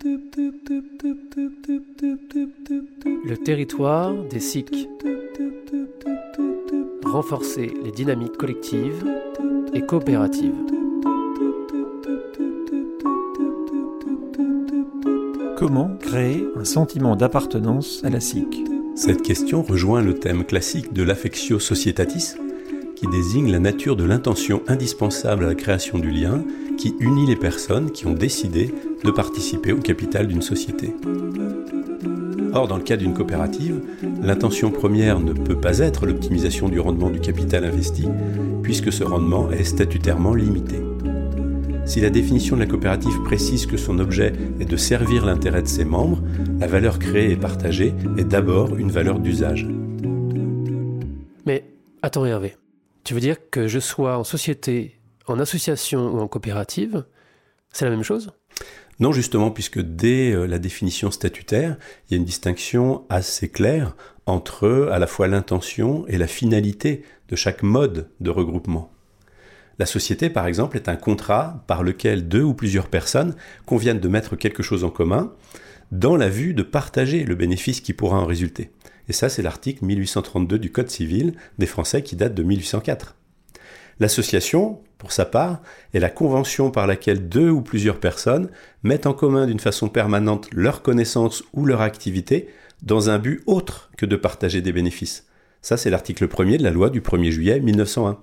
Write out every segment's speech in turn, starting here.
Le territoire des SIC. Renforcer les dynamiques collectives et coopératives. Comment créer un sentiment d'appartenance à la SIC ? Cette question rejoint le thème classique de l'affectio societatis, qui désigne la nature de l'intention indispensable à la création du lien qui unit les personnes qui ont décidé de participer au capital d'une société. Or, dans le cas d'une coopérative, l'intention première ne peut pas être l'optimisation du rendement du capital investi, puisque ce rendement est statutairement limité. Si la définition de la coopérative précise que son objet est de servir l'intérêt de ses membres, la valeur créée et partagée est d'abord une valeur d'usage. Mais attends Hervé, tu veux dire que je sois en société, en association ou en coopérative, c'est la même chose ? Non, justement, puisque dès la définition statutaire, il y a une distinction assez claire entre à la fois l'intention et la finalité de chaque mode de regroupement. La société, par exemple, est un contrat par lequel 2 ou plusieurs personnes conviennent de mettre quelque chose en commun dans la vue de partager le bénéfice qui pourra en résulter. Et ça, c'est l'article 1832 du Code civil des Français qui date de 1804. L'association, pour sa part, est la convention par laquelle 2 ou plusieurs personnes mettent en commun d'une façon permanente leurs connaissances ou leur activité dans un but autre que de partager des bénéfices. Ça, c'est l'article 1er de la loi du 1er juillet 1901.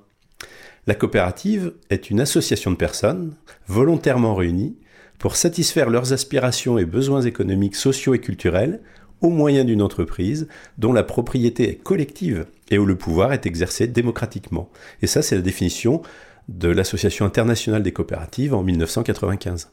La coopérative est une association de personnes volontairement réunies pour satisfaire leurs aspirations et besoins économiques, sociaux et culturels au moyen d'une entreprise dont la propriété est collective et où le pouvoir est exercé démocratiquement. Et ça, c'est la définition de l'Association internationale des coopératives en 1995.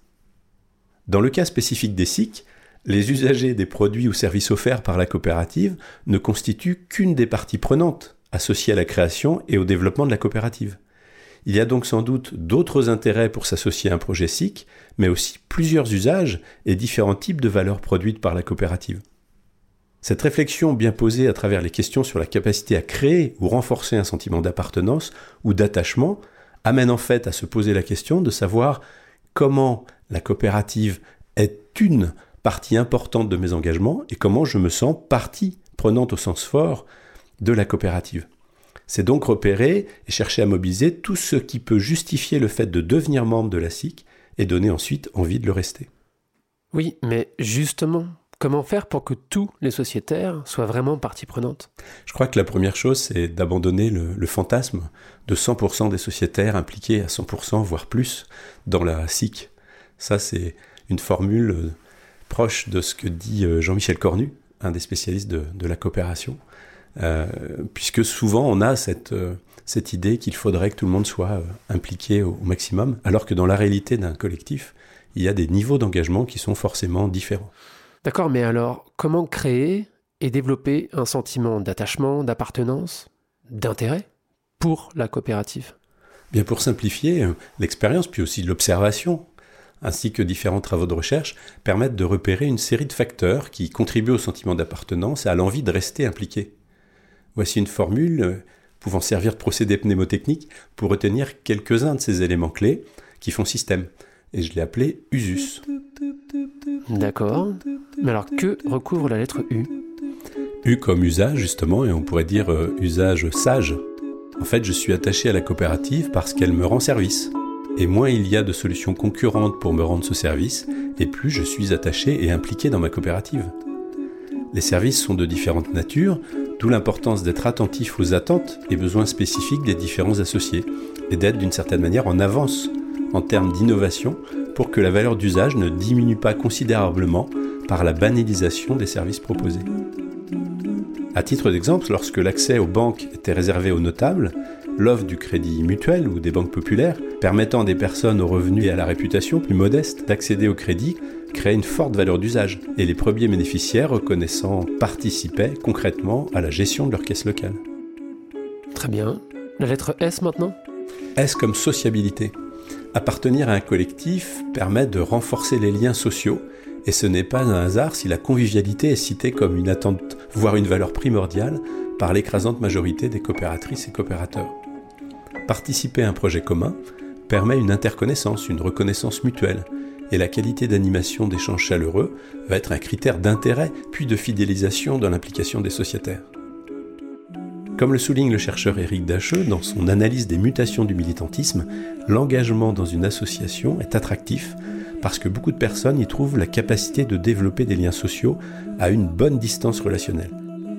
Dans le cas spécifique des SIC, les usagers des produits ou services offerts par la coopérative ne constituent qu'une des parties prenantes associées à la création et au développement de la coopérative. Il y a donc sans doute d'autres intérêts pour s'associer à un projet SIC, mais aussi plusieurs usages et différents types de valeurs produites par la coopérative. Cette réflexion bien posée à travers les questions sur la capacité à créer ou renforcer un sentiment d'appartenance ou d'attachement amène en fait à se poser la question de savoir comment la coopérative est une partie importante de mes engagements et comment je me sens partie prenante au sens fort de la coopérative. C'est donc repérer et chercher à mobiliser tout ce qui peut justifier le fait de devenir membre de la SIC et donner ensuite envie de le rester. Oui, mais justement, comment faire pour que tous les sociétaires soient vraiment partie prenante ? Je crois que la première chose, c'est d'abandonner le fantasme de 100% des sociétaires impliqués à 100%, voire plus, dans la SIC. Ça, c'est une formule proche de ce que dit Jean-Michel Cornu, un des spécialistes de la coopération. Puisque souvent on a cette idée qu'il faudrait que tout le monde soit impliqué au maximum, alors que dans la réalité d'un collectif, il y a des niveaux d'engagement qui sont forcément différents. D'accord, mais alors, comment créer et développer un sentiment d'attachement, d'appartenance, d'intérêt pour la coopérative ? Bien, pour simplifier, l'expérience, puis aussi l'observation, ainsi que différents travaux de recherche, permettent de repérer une série de facteurs qui contribuent au sentiment d'appartenance et à l'envie de rester impliqué. Voici une formule pouvant servir de procédé mnémotechnique pour retenir quelques-uns de ces éléments clés qui font système. Et je l'ai appelé USUS. D'accord. Mais alors, que recouvre la lettre U ? U comme usage, justement, et on pourrait dire usage sage. En fait, je suis attaché à la coopérative parce qu'elle me rend service. Et moins il y a de solutions concurrentes pour me rendre ce service, et plus je suis attaché et impliqué dans ma coopérative. Les services sont de différentes natures, d'où l'importance d'être attentif aux attentes et besoins spécifiques des différents associés, et d'être d'une certaine manière en avance en termes d'innovation pour que la valeur d'usage ne diminue pas considérablement par la banalisation des services proposés. À titre d'exemple, lorsque l'accès aux banques était réservé aux notables, l'offre du crédit mutuel ou des banques populaires, permettant à des personnes aux revenus et à la réputation plus modestes d'accéder au crédit, créait une forte valeur d'usage, et les premiers bénéficiaires reconnaissant participaient concrètement à la gestion de leur caisse locale. Très bien. La lettre S maintenant ? S comme sociabilité. Appartenir à un collectif permet de renforcer les liens sociaux, et ce n'est pas un hasard si la convivialité est citée comme une attente, voire une valeur primordiale, par l'écrasante majorité des coopératrices et coopérateurs. Participer à un projet commun permet une interconnaissance, une reconnaissance mutuelle, et la qualité d'animation d'échanges chaleureux va être un critère d'intérêt puis de fidélisation dans l'implication des sociétaires. Comme le souligne le chercheur Éric Dacheux dans son analyse des mutations du militantisme, l'engagement dans une association est attractif parce que beaucoup de personnes y trouvent la capacité de développer des liens sociaux à une bonne distance relationnelle.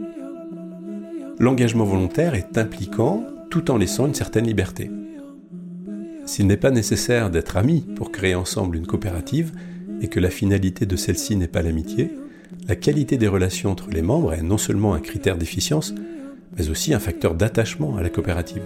L'engagement volontaire est impliquant tout en laissant une certaine liberté. S'il n'est pas nécessaire d'être amis pour créer ensemble une coopérative et que la finalité de celle-ci n'est pas l'amitié, la qualité des relations entre les membres est non seulement un critère d'efficience, mais aussi un facteur d'attachement à la coopérative.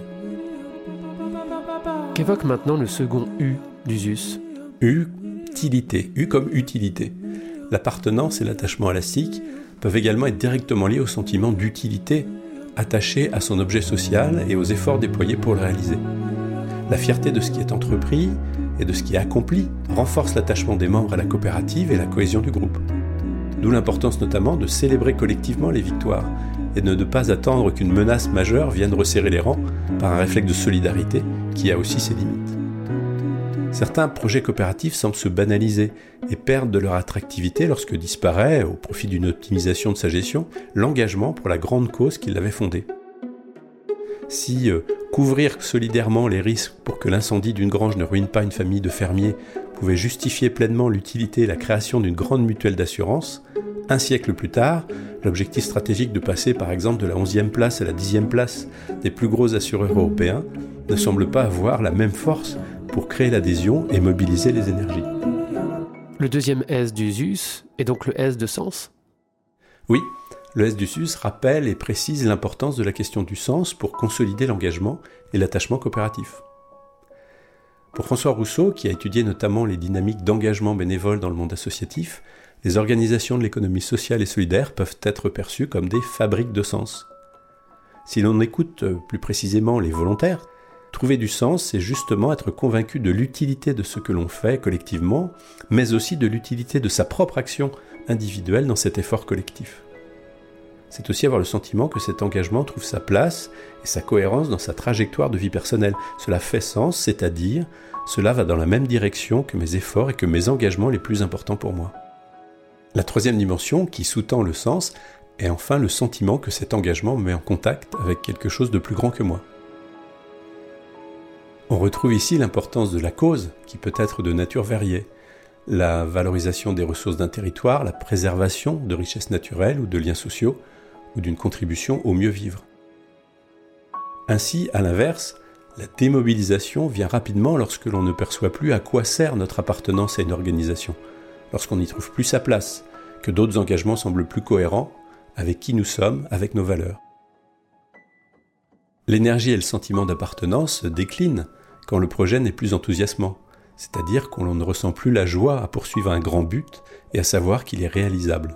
Qu'évoque maintenant le second U d'Usus ? Utilité. U comme utilité. L'appartenance et l'attachement à la SIC peuvent également être directement liés au sentiment d'utilité, attaché à son objet social et aux efforts déployés pour le réaliser. La fierté de ce qui est entrepris et de ce qui est accompli renforce l'attachement des membres à la coopérative et la cohésion du groupe. D'où l'importance notamment de célébrer collectivement les victoires et de ne pas attendre qu'une menace majeure vienne resserrer les rangs par un réflexe de solidarité qui a aussi ses limites. Certains projets coopératifs semblent se banaliser et perdent de leur attractivité lorsque disparaît, au profit d'une optimisation de sa gestion, l'engagement pour la grande cause qui l'avait fondé. Si couvrir solidairement les risques pour que l'incendie d'une grange ne ruine pas une famille de fermiers pouvait justifier pleinement l'utilité et la création d'une grande mutuelle d'assurance, un siècle plus tard, l'objectif stratégique de passer par exemple de la 11e place à la 10e place des plus gros assureurs européens ne semble pas avoir la même force pour créer l'adhésion et mobiliser les énergies. Le deuxième S d'Usus est donc le S de sens ? Oui, le S d'Usus rappelle et précise l'importance de la question du sens pour consolider l'engagement et l'attachement coopératif. Pour François Rousseau, qui a étudié notamment les dynamiques d'engagement bénévole dans le monde associatif, les organisations de l'économie sociale et solidaire peuvent être perçues comme des fabriques de sens. Si l'on écoute plus précisément les volontaires, trouver du sens, c'est justement être convaincu de l'utilité de ce que l'on fait collectivement, mais aussi de l'utilité de sa propre action individuelle dans cet effort collectif. C'est aussi avoir le sentiment que cet engagement trouve sa place et sa cohérence dans sa trajectoire de vie personnelle. Cela fait sens, c'est-à-dire, cela va dans la même direction que mes efforts et que mes engagements les plus importants pour moi. La troisième dimension, qui sous-tend le sens, est enfin le sentiment que cet engagement me met en contact avec quelque chose de plus grand que moi. On retrouve ici l'importance de la cause, qui peut être de nature variée. La valorisation des ressources d'un territoire, la préservation de richesses naturelles ou de liens sociaux, ou d'une contribution au mieux vivre. Ainsi, à l'inverse, la démobilisation vient rapidement lorsque l'on ne perçoit plus à quoi sert notre appartenance à une organisation, lorsqu'on n'y trouve plus sa place, que d'autres engagements semblent plus cohérents avec qui nous sommes, avec nos valeurs. L'énergie et le sentiment d'appartenance déclinent quand le projet n'est plus enthousiasmant, c'est-à-dire qu'on ne ressent plus la joie à poursuivre un grand but et à savoir qu'il est réalisable.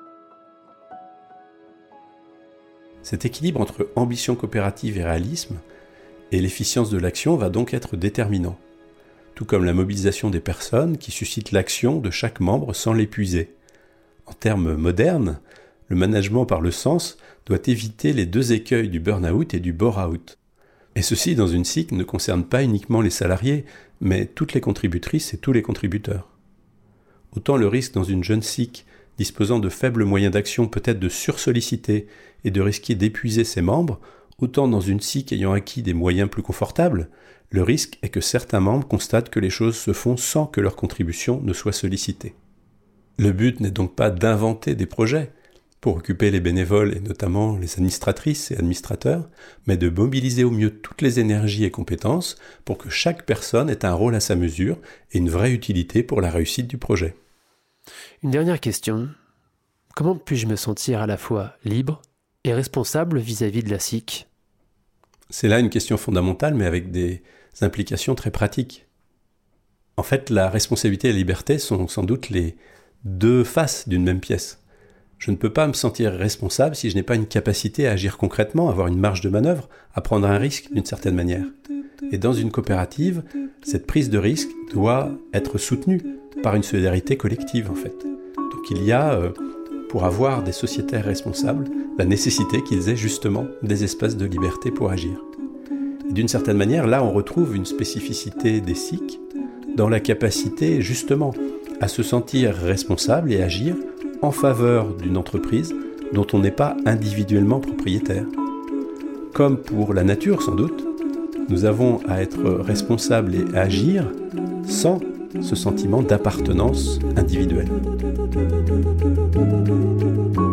Cet équilibre entre ambition coopérative et réalisme et l'efficience de l'action va donc être déterminant, tout comme la mobilisation des personnes qui suscite l'action de chaque membre sans l'épuiser. En termes modernes, le management par le sens doit éviter les deux écueils du burn-out et du bore-out. Et ceci, dans une SIC, ne concerne pas uniquement les salariés, mais toutes les contributrices et tous les contributeurs. Autant le risque dans une jeune SIC disposant de faibles moyens d'action peut être de sursolliciter et de risquer d'épuiser ses membres, autant dans une SIC ayant acquis des moyens plus confortables, le risque est que certains membres constatent que les choses se font sans que leur contribution ne soit sollicitée. Le but n'est donc pas d'inventer des projets pour occuper les bénévoles et notamment les administratrices et administrateurs, mais de mobiliser au mieux toutes les énergies et compétences pour que chaque personne ait un rôle à sa mesure et une vraie utilité pour la réussite du projet. Une dernière question. Comment puis-je me sentir à la fois libre et responsable vis-à-vis de la SIC ? C'est là une question fondamentale, mais avec des implications très pratiques. En fait, la responsabilité et la liberté sont sans doute les deux faces d'une même pièce. Je ne peux pas me sentir responsable si je n'ai pas une capacité à agir concrètement, à avoir une marge de manœuvre, à prendre un risque d'une certaine manière. Et dans une coopérative, cette prise de risque doit être soutenue par une solidarité collective, en fait. Donc il y a, pour avoir des sociétaires responsables, la nécessité qu'ils aient justement des espaces de liberté pour agir. Et d'une certaine manière, là on retrouve une spécificité des SIC, dans la capacité justement à se sentir responsable et agir en faveur d'une entreprise dont on n'est pas individuellement propriétaire. Comme pour la nature sans doute, nous avons à être responsables et à agir sans ce sentiment d'appartenance individuelle.